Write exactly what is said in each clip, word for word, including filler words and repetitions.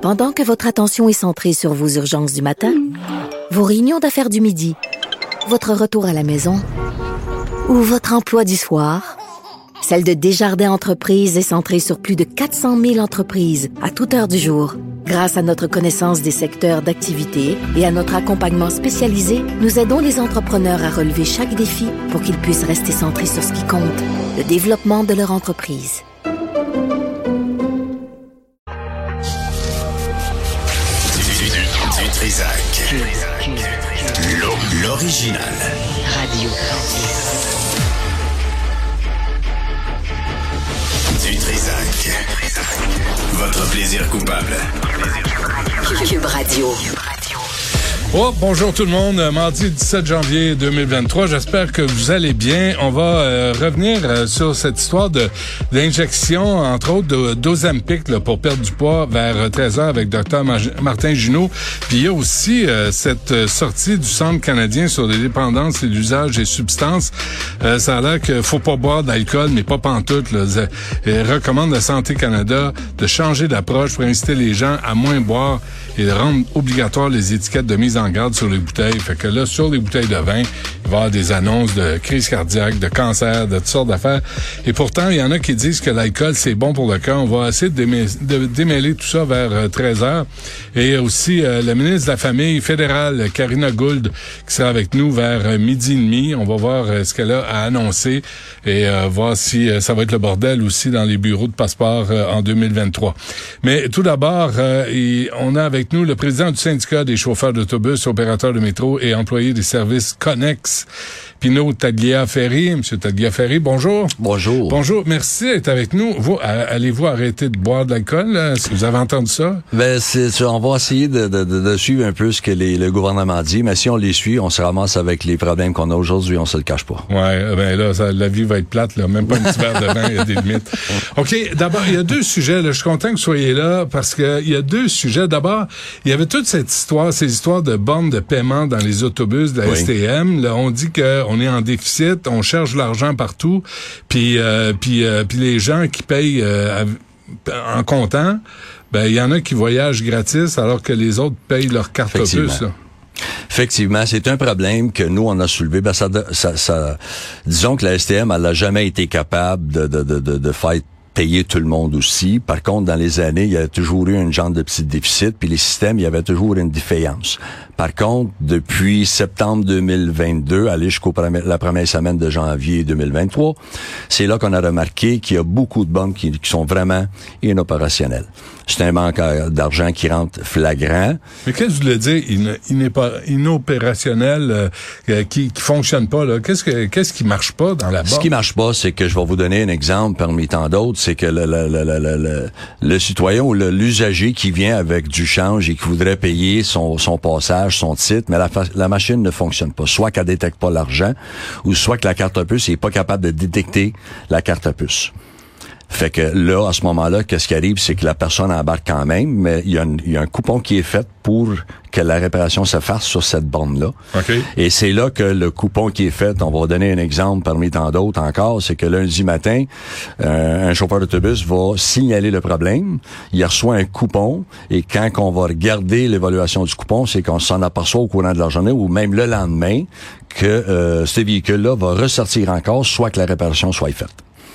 Pendant que votre attention est centrée sur vos urgences du matin, vos réunions d'affaires du midi, votre retour à la maison ou votre emploi du soir, celle de Desjardins Entreprises est centrée sur plus de quatre cent mille entreprises à toute heure du jour. Grâce à notre connaissance des secteurs d'activité et à notre accompagnement spécialisé, nous aidons les entrepreneurs à relever chaque défi pour qu'ils puissent rester centrés sur ce qui compte, le développement de leur entreprise. Du Trizac. L'original. Radio. Du Trizac. Votre plaisir coupable. Cube Radio. Oh, bonjour tout le monde. Mardi dix-sept janvier deux mille vingt-trois. J'espère que vous allez bien. On va euh, revenir euh, sur cette histoire de d'injection, entre autres, de, d'Ozempic là, pour perdre du poids vers treize heures avec docteur Martin Junot. Puis il y a aussi euh, cette sortie du Centre canadien sur les dépendances et l'usage des substances. Euh, ça a l'air qu'il faut pas boire d'alcool, mais pas pantoute. Là. Il recommande la Santé Canada de changer d'approche pour inciter les gens à moins boire et de rendre obligatoire les étiquettes de mise en garde sur les bouteilles. Fait que là, sur les bouteilles de vin, il va y avoir des annonces de crise cardiaque, de cancer, de toutes sortes d'affaires. Et pourtant, il y en a qui disent que l'alcool, c'est bon pour le cœur. On va essayer de, démêler, de démêler tout ça vers euh, treize heures. Et aussi, euh, la ministre de la Famille fédérale, Karina Gould, qui sera avec nous vers euh, midi et demi. On va voir euh, ce qu'elle a à annoncer et euh, voir si euh, ça va être le bordel aussi dans les bureaux de passeport euh, en deux mille vingt-trois. Mais tout d'abord, euh, il, on a avec nous le président du syndicat des chauffeurs d'autobus, opérateurs de métro et employés des services Connex, Pino Tagliaferri. Monsieur Tagliaferri, bonjour. Bonjour. Bonjour, merci d'être avec nous. Vous, allez-vous arrêter de boire de l'alcool? Est-ce que vous avez entendu ça? Ben, c'est, on va essayer de, de, de suivre un peu ce que les, le gouvernement dit, mais si on les suit, on se ramasse avec les problèmes qu'on a aujourd'hui, on se le cache pas. Ouais, ben là, ça, la vie va être plate, là. Même pas un petit verre de vin, il y a des limites. OK, d'abord, il y a deux sujets, là. Je suis content que vous soyez là parce que il y a deux sujets. D'abord, il y avait toute cette histoire, ces histoires de bornes de paiement dans les autobus de la oui. S T M. Là, on dit que on est en déficit, on cherche l'argent partout, puis euh, puis euh, puis les gens qui payent euh, en comptant, ben il y en a qui voyagent gratis alors que les autres payent leur carte opus. Là. Effectivement, c'est un problème que nous, on a soulevé. Ben, ça, ça, ça, disons que la S T M, elle n'a jamais été capable de, de, de, de, de faire payer tout le monde aussi. Par contre, dans les années, il y a toujours eu une genre de petit déficit, puis les systèmes, il y avait toujours une défaillance. Par contre, depuis septembre deux mille vingt-deux, aller jusqu'au la première semaine de janvier deux mille vingt-trois, c'est là qu'on a remarqué qu'il y a beaucoup de banques qui, qui sont vraiment inopérationnelles. C'est un manque d'argent qui rentre flagrant. Mais qu'est-ce que vous voulez dire, in, in, inopérationnel, euh, qui, qui fonctionne pas, là? Qu'est-ce que, qu'est-ce qui marche pas dans la banque? Ce qui marche pas, c'est que je vais vous donner un exemple parmi tant d'autres, c'est que le, le, le, le, le, le citoyen ou le, l'usager qui vient avec du change et qui voudrait payer son, son passage, son titre, mais la, la machine ne fonctionne pas. Soit qu'elle détecte pas l'argent, ou soit que la carte à puce n'est pas capable de détecter la carte à puce. Fait que là, à ce moment-là, qu'est-ce qui arrive, c'est que la personne embarque quand même, mais il y a, une, il y a un coupon qui est fait pour que la réparation se fasse sur cette borne-là. Okay. Et c'est là que le coupon qui est fait, on va donner un exemple parmi tant d'autres encore, c'est que lundi matin, euh, un chauffeur d'autobus va signaler le problème, il reçoit un coupon, et quand on va regarder l'évaluation du coupon, c'est qu'on s'en aperçoit au courant de la journée, ou même le lendemain, que euh, ce véhicule-là va ressortir encore, soit que la réparation soit faite.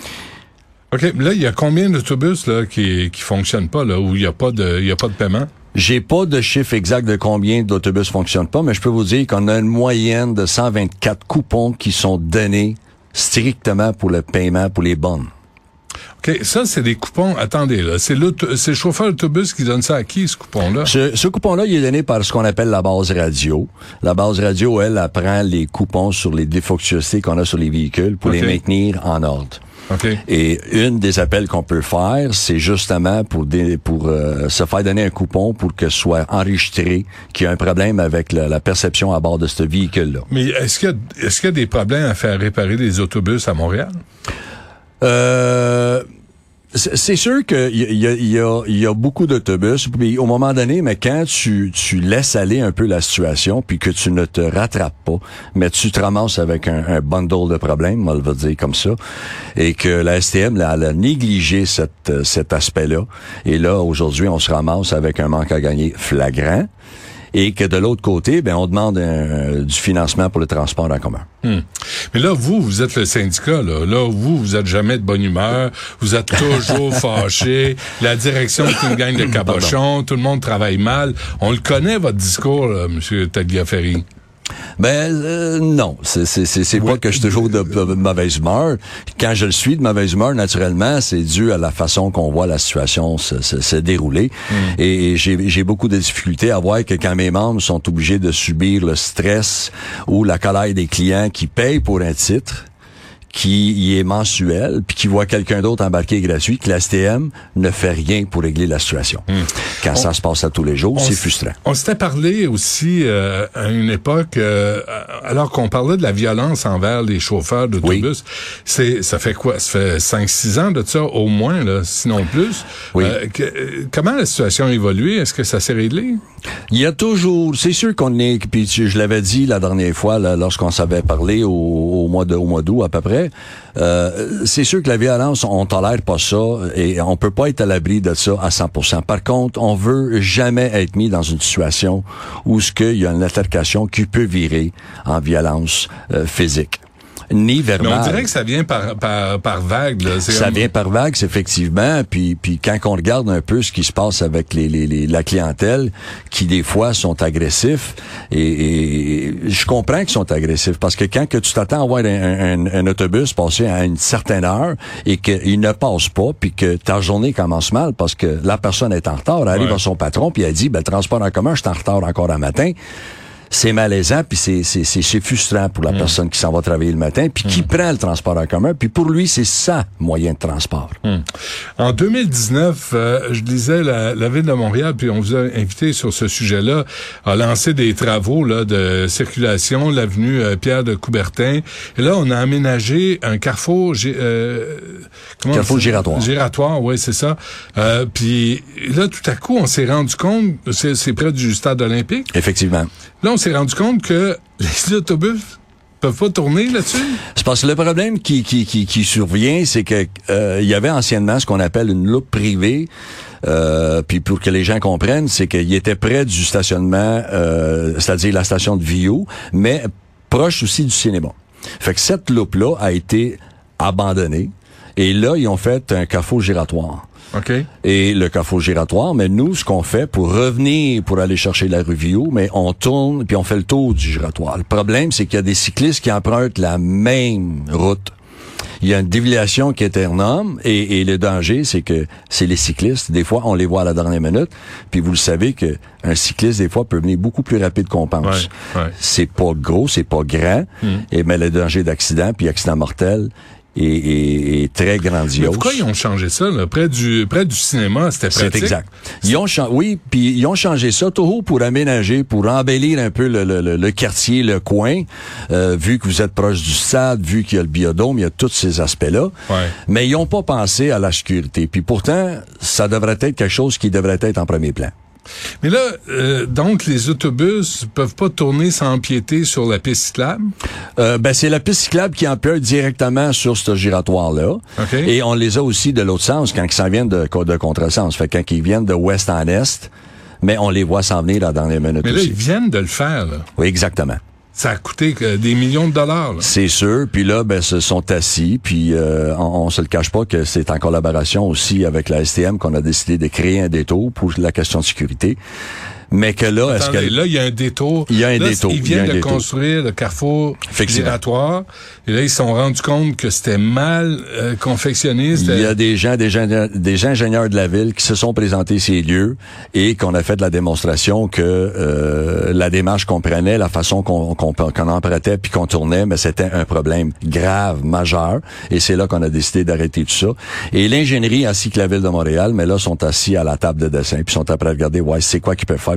OK, là, il y a combien d'autobus là qui qui fonctionnent pas, là, où il y a pas de il y a pas de paiement? J'ai pas de chiffre exact de combien d'autobus fonctionnent pas, mais je peux vous dire qu'on a une moyenne de cent vingt-quatre coupons qui sont donnés strictement pour le paiement, pour les bonnes. OK, ça, c'est des coupons. Attendez, là, c'est, c'est le chauffeur d'autobus qui donne ça à qui, ce coupon-là? Ce, ce coupon-là, il est donné par ce qu'on appelle la base radio. La base radio, elle, elle prend les coupons sur les défectuosités qu'on a sur les véhicules pour okay. les maintenir en ordre. Okay. Et une des appels qu'on peut faire, c'est justement pour des, pour euh, se faire donner un coupon pour que soit enregistré qu'il y a un problème avec la, la perception à bord de ce véhicule-là. Mais est-ce qu'il y a, est-ce qu'il y a des problèmes à faire réparer des autobus à Montréal? Euh... c'est sûr qu'il y a, y a, y a, y a beaucoup d'autobus, puis au moment donné, mais quand tu, tu laisses aller un peu la situation, puis que tu ne te rattrapes pas, mais tu te ramasses avec un, un bundle de problèmes, on va le dire comme ça, et que la S T M, là, elle a négligé cette, cet aspect-là, et là, aujourd'hui, on se ramasse avec un manque à gagner flagrant, et que de l'autre côté, ben on demande un, du financement pour le transport en commun. Hum. Mais là, vous, vous êtes le syndicat, là. Là, vous, vous êtes jamais de bonne humeur, vous êtes toujours fâché, la direction est une gang de cabochons, tout le monde travaille mal. On le connaît, votre discours, là, M. Tagliaferri. Ben euh, non, c'est c'est c'est, c'est oui. pas que je suis toujours de, de mauvaise humeur. Quand je le suis de mauvaise humeur, naturellement, c'est dû à la façon qu'on voit la situation se, se, se dérouler. Mm. Et, et j'ai j'ai beaucoup de difficultés à voir que quand mes membres sont obligés de subir le stress ou la colère des clients qui payent pour un titre qui y est mensuel, puis qui voit quelqu'un d'autre embarquer gratuit, que la S T M ne fait rien pour régler la situation. Hum. Quand on, ça se passe à tous les jours, c'est frustrant. On s'était parlé aussi euh, à une époque, euh, alors qu'on parlait de la violence envers les chauffeurs d'autobus. Oui. C'est, ça fait quoi? Ça fait cinq six ans de ça, au moins, là, sinon plus. Oui. Euh, que, comment la situation a évolué? Est-ce que ça s'est réglé? Il y a toujours, c'est sûr qu'on est, puis je l'avais dit la dernière fois, là, lorsqu'on s'avait parlé au, au mois de, au mois d'août à peu près, euh, c'est sûr que la violence, on tolère pas ça et on peut pas être à l'abri de ça à cent pour cent. Par contre, on veut jamais être mis dans une situation où ce qu'il y a une altercation qui peut virer en violence euh, physique. Ni verbal. Mais on dirait que ça vient par par par vague. Là. C'est ça comme... vient par vague, effectivement. Puis puis quand on regarde un peu ce qui se passe avec les les, les la clientèle, qui des fois sont agressifs, et, et je comprends qu'ils sont agressifs parce que quand que tu t'attends à voir un, un, un autobus passer à une certaine heure et qu'il ne passe pas, puis que ta journée commence mal parce que la personne est en retard, elle arrive ouais. à son patron puis elle dit ben le transport en commun, je suis en retard encore un matin. C'est malaisant, puis c'est, c'est, c'est, c'est frustrant pour la mmh. personne qui s'en va travailler le matin, puis mmh. qui prend le transport en commun, puis pour lui, c'est ça, moyen de transport. Mmh. En deux mille dix-neuf, euh, je disais, la, la Ville de Montréal, puis on vous a invité sur ce sujet-là, a lancé des travaux là de circulation, l'avenue euh, Pierre de Coubertin. Et là, on a aménagé un carrefour... Euh, comment carrefour giratoire. Giratoire, oui, c'est ça. Euh, puis là, tout à coup, on s'est rendu compte, c'est, c'est près du stade olympique. Effectivement. Là, on s'est rendu compte que les autobus peuvent pas tourner là-dessus. C'est parce que le problème qui qui qui, qui survient, c'est que euh, il y avait anciennement ce qu'on appelle une loupe privée. Euh, puis pour que les gens comprennent, c'est qu'il était près du stationnement, euh, c'est-à-dire la station de Viau, mais proche aussi du cinéma. Fait que cette loupe-là a été abandonnée. Et là, ils ont fait un carrefour giratoire. Okay. Et le carrefour giratoire, mais nous, ce qu'on fait pour revenir, pour aller chercher la rue Viau, mais on tourne puis on fait le tour du giratoire. Le problème, c'est qu'il y a des cyclistes qui empruntent la même route. Il y a une déviation qui est énorme et, et le danger, c'est que c'est les cyclistes. Des fois, on les voit à la dernière minute. Puis vous le savez que un cycliste, des fois, peut venir beaucoup plus rapide qu'on pense. Ouais, ouais. C'est pas gros, c'est pas grand, mmh. et mais le danger d'accident puis accident mortel est, est, est très grandiose. Mais pourquoi ils ont changé ça là? Près du près du cinéma, c'était pratique. C'est exact. Ils ont changé, oui, puis ils ont changé ça tout pour aménager, pour embellir un peu le, le, le, le quartier, le coin, euh, vu que vous êtes proche du stade, vu qu'il y a le biodôme, il y a tous ces aspects-là. Ouais. Mais ils n'ont pas pensé à la sécurité. Puis pourtant, ça devrait être quelque chose qui devrait être en premier plan. Mais là, euh, donc, les autobus peuvent pas tourner sans empiéter sur la piste cyclable? Euh, ben, c'est la piste cyclable qui empiète directement sur ce giratoire-là. Okay. Et on les a aussi de l'autre sens, quand ils s'en viennent de, de contresens. Fait quand ils viennent de ouest en est, mais on les voit s'en venir là, dans les minutes Mais là, aussi. ils viennent de le faire, là. Oui, exactement. Ça a coûté euh, des millions de dollars. Là. C'est sûr. Puis là, ben, se sont assis. Puis euh, on, on se le cache pas que c'est en collaboration aussi avec la S T M qu'on a décidé de créer un détour pour la question de sécurité. Mais que là, Attendez, est-ce que là il y a un détour. Il y a un là, détour. Ils viennent de détour. construire le carrefour giratoire. Et là, ils se sont rendus compte que c'était mal euh, confectionné. Il y a des gens, des gens, des ingénieurs de la ville qui se sont présentés ces lieux et qu'on a fait de la démonstration que euh, la démarche comprenait la façon qu'on, qu'on, qu'on empruntait puis qu'on tournait, mais c'était un problème grave, majeur. Et c'est là qu'on a décidé d'arrêter tout ça. Et l'ingénierie ainsi que la ville de Montréal, mais là, sont assis à la table de dessin puis sont après à regarder, ouais, c'est quoi qu'ils peuvent faire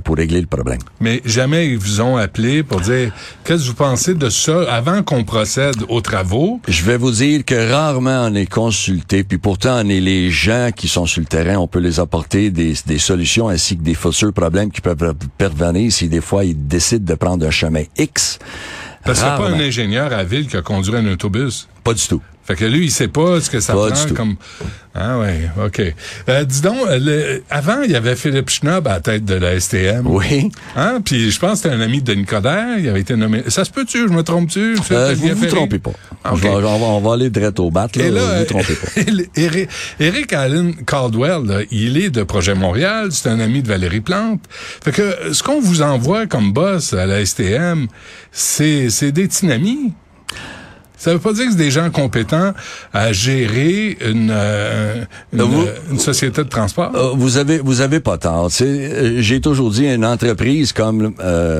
faire pour régler le problème. Mais jamais ils vous ont appelé pour dire qu'est-ce que vous pensez de ça avant qu'on procède aux travaux? Je vais vous dire que rarement on est consulté, puis pourtant on est les gens qui sont sur le terrain, on peut les apporter des, des solutions ainsi que des futurs problèmes qui peuvent pervenir si des fois ils décident de prendre un chemin X. Parce qu'il n'y a pas un ingénieur à la ville qui a conduit un autobus. Pas du tout. Fait que lui, il sait pas ce que ça pas prend comme... Ah ouais, OK. Euh, dis donc, le... avant, il y avait Philippe Schnob à la tête de la S T M. Oui. Hein? Puis je pense que c'était un ami de Denis Coderre. Il avait été nommé... Ça se peut-tu? Je me trompe-tu? Euh, vous vous trompez pas. Okay. Je vais, on, va, on va aller direct au bat. Là, Et là, vous vous trompez pas. Eric, Eric Allen Caldwell, là, il est de Projet Montréal. C'est un ami de Valérie Plante. Fait que ce qu'on vous envoie comme boss à la S T M, c'est, c'est des tinamis. Ça veut pas dire que c'est des gens compétents à gérer une, euh, une, vous, une société de transport. Euh, vous avez vous avez pas tort. C'est, j'ai toujours dit une entreprise comme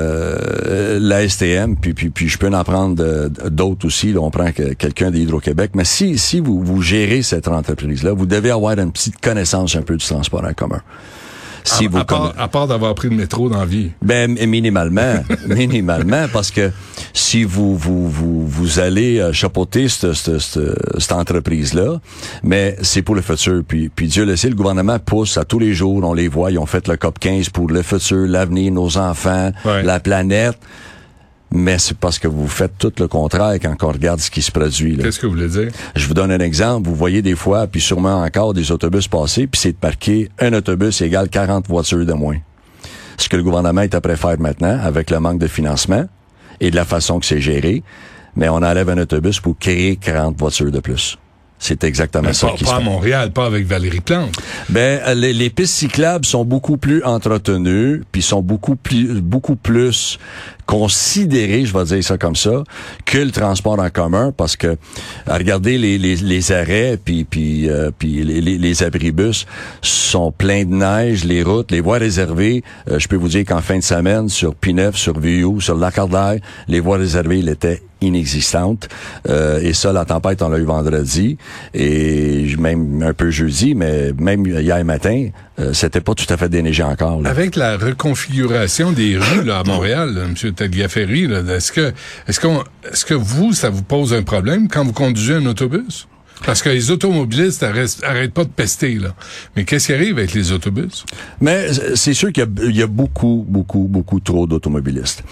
euh, la S T M, puis puis puis je peux en prendre de, d'autres aussi. Là, on prend que, quelqu'un d'Hydro-Québec, mais si si vous vous gérez cette entreprise là, vous devez avoir une petite connaissance un peu du transport en commun. Si à, vous à, part, conna... à part d'avoir pris le métro dans la vie. Ben minimalement, minimalement, parce que si vous vous vous vous allez euh, chapeauter cette, cette, cette, cette entreprise là, mais c'est pour le futur. Puis puis Dieu le sait, le gouvernement pousse à tous les jours, on les voit, ils ont fait le C O P quinze pour le futur, l'avenir, nos enfants, ouais. la planète. Mais c'est parce que vous faites tout le contraire quand on regarde ce qui se produit. Là. Qu'est-ce que vous voulez dire? Je vous donne un exemple. Vous voyez des fois, puis sûrement encore, des autobus passer, puis c'est de parquer un autobus égale quarante voitures de moins. Ce que le gouvernement est après faire maintenant, avec le manque de financement et de la façon que c'est géré, mais on enlève un autobus pour créer quarante voitures de plus. C'est exactement mais ça pas, qui pas se à fait. Montréal, pas avec Valérie Plante. Ben les, les pistes cyclables sont beaucoup plus entretenues, puis sont beaucoup plus beaucoup plus considérées, je vais dire ça comme ça, que le transport en commun, parce que regardez les les, les arrêts, puis puis euh, puis les, les, les abribus sont pleins de neige, les routes, les voies réservées. Euh, je peux vous dire qu'en fin de semaine sur P-neuf, sur V U, sur Lacardaire, les voies réservées, il était inexistante. Euh, et ça, la tempête, on l'a eu vendredi et même un peu jeudi, mais même hier matin, euh, c'était pas tout à fait déneigé encore. Là. Avec la reconfiguration des rues là, à Montréal, là, M. Tagliaferri, là, est-ce que est-ce qu'on est-ce que vous, ça vous pose un problème quand vous conduisez un autobus? Parce que les automobilistes arrêtent, arrêtent pas de pester, là. Mais qu'est-ce qui arrive avec les autobus? Mais c'est sûr qu'il y a, il y a beaucoup, beaucoup, beaucoup trop d'automobilistes.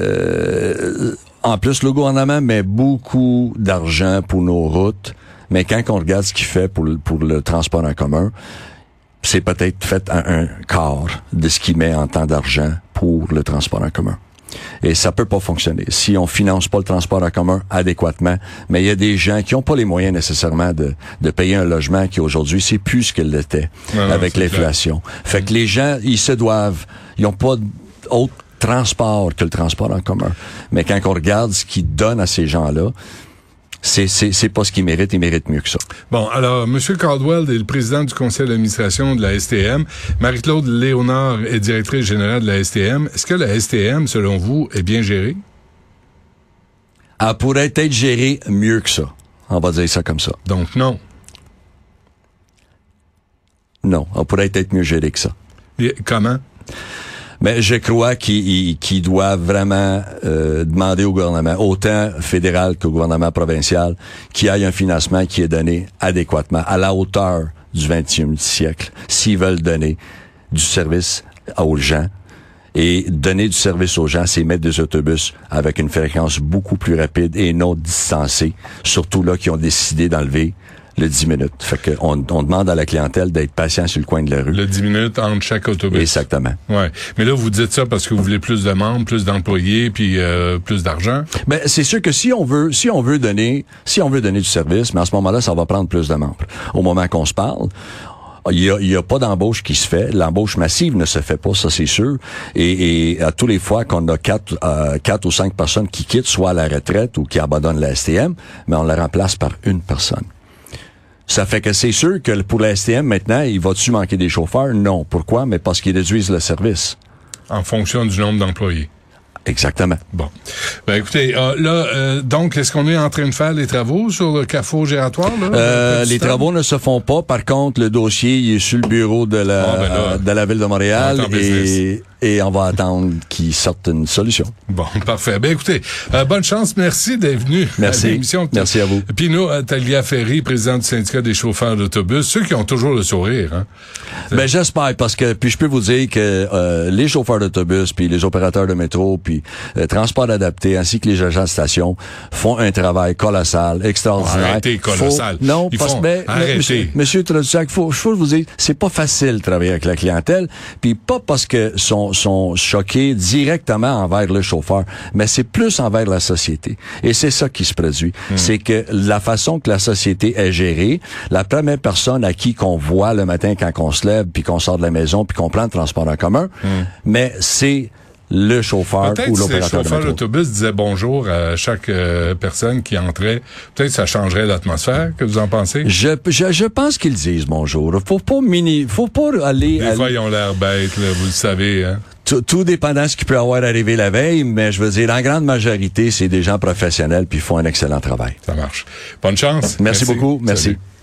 Euh, en plus, le gouvernement met beaucoup d'argent pour nos routes, mais quand on regarde ce qu'il fait pour le, pour le transport en commun, c'est peut-être fait un, un quart de ce qu'il met en temps d'argent pour le transport en commun. Et ça peut pas fonctionner si on finance pas le transport en commun adéquatement. Mais il y a des gens qui ont pas les moyens nécessairement de, de payer un logement qui aujourd'hui c'est plus ce qu'il l'était non, avec non, l'inflation. Clair. Fait que les gens, ils se doivent, ils ont pas autre transport que le transport en commun. Mais quand on regarde ce qu'ils donnent à ces gens-là, c'est, c'est, c'est pas ce qu'ils méritent, ils méritent mieux que ça. Bon, alors, M. Caldwell est le président du conseil d'administration de la S T M. Marie-Claude Léonard est directrice générale de la S T M. Est-ce que la S T M, selon vous, est bien gérée? Elle pourrait être gérée mieux que ça. On va dire ça comme ça. Donc, non. Non, elle pourrait être mieux gérée que ça. Et comment? Mais je crois qu'ils qu'ils doivent vraiment euh, demander au gouvernement, autant fédéral qu'au gouvernement provincial, qu'il y ait un financement qui est donné adéquatement, à la hauteur du vingtième siècle, s'ils veulent donner du service aux gens. Et donner du service aux gens, c'est mettre des autobus avec une fréquence beaucoup plus rapide et non distancée, surtout là qui ont décidé d'enlever le dix minutes. Fait que on, on demande à la clientèle d'être patient sur le coin de la rue. Le dix minutes entre chaque autobus. Exactement. Ouais. Mais là, vous dites ça parce que vous voulez plus de membres, plus d'employés, puis euh, plus d'argent. Ben c'est sûr que si on veut, si on veut donner, si on veut donner du service, mais à ce moment-là, ça va prendre plus de membres. Au moment qu'on se parle. Il y a, il y a pas d'embauche qui se fait. L'embauche massive ne se fait pas, ça c'est sûr. Et, et à tous les fois qu'on a quatre, euh, quatre ou cinq personnes qui quittent, soit à la retraite ou qui abandonnent la S T M, mais on la remplace par une personne. Ça fait que c'est sûr que pour la S T M, maintenant, il va-tu manquer des chauffeurs? Non. Pourquoi? Mais parce qu'ils réduisent le service. En fonction du nombre d'employés. Exactement. Bon. Ben écoutez, euh, là, euh, donc, est-ce qu'on est en train de faire les travaux sur le carrefour giratoire? Là, euh, le les système? travaux ne se font pas. Par contre, le dossier il est sur le bureau de la, Ah, ben là, euh, de la Ville de Montréal et, et on va attendre qu'il sorte une solution. Bon, parfait. Ben écoutez, euh, bonne chance. Merci d'être venu Merci. à l'émission. Merci à vous. Pino Tagliaferri, président du syndicat des chauffeurs d'autobus, ceux qui ont toujours le sourire. Hein? Ben j'espère, parce que puis je peux vous dire que euh, les chauffeurs d'autobus, puis les opérateurs de métro, puis euh, transport adapté, ainsi que les agents de station font un travail colossal, extraordinaire. Arrêtez, colossal. Faut, non, Ils parce font, que arrêtez. monsieur, monsieur Trottier, faut, faut vous dire, c'est pas facile de travailler avec la clientèle, puis pas parce que sont sont choqués directement envers le chauffeur, mais c'est plus envers la société. Et c'est ça qui se produit. Hmm. C'est que la façon que la société est gérée, la première personne à qui qu'on voit le matin quand on se lève, puis qu'on sort de la maison, puis qu'on prend le transport en commun, hmm. mais c'est le chauffeur peut-être ou si l'opérateur les chauffeurs de métro. d'autobus disaient bonjour à chaque euh, personne qui entrait, peut-être ça changerait l'atmosphère. Que vous en pensez? Je, je, je pense qu'ils disent bonjour. Faut pas mini, faut pas aller... Des aller... fois, ils ont l'air bêtes, là, vous le savez, hein? Tout, tout dépendant de ce qui peut avoir arrivé la veille, mais je veux dire, en grande majorité, c'est des gens professionnels puis ils font un excellent travail. Ça marche. Bonne chance. Merci, Merci. beaucoup. Merci. Salut.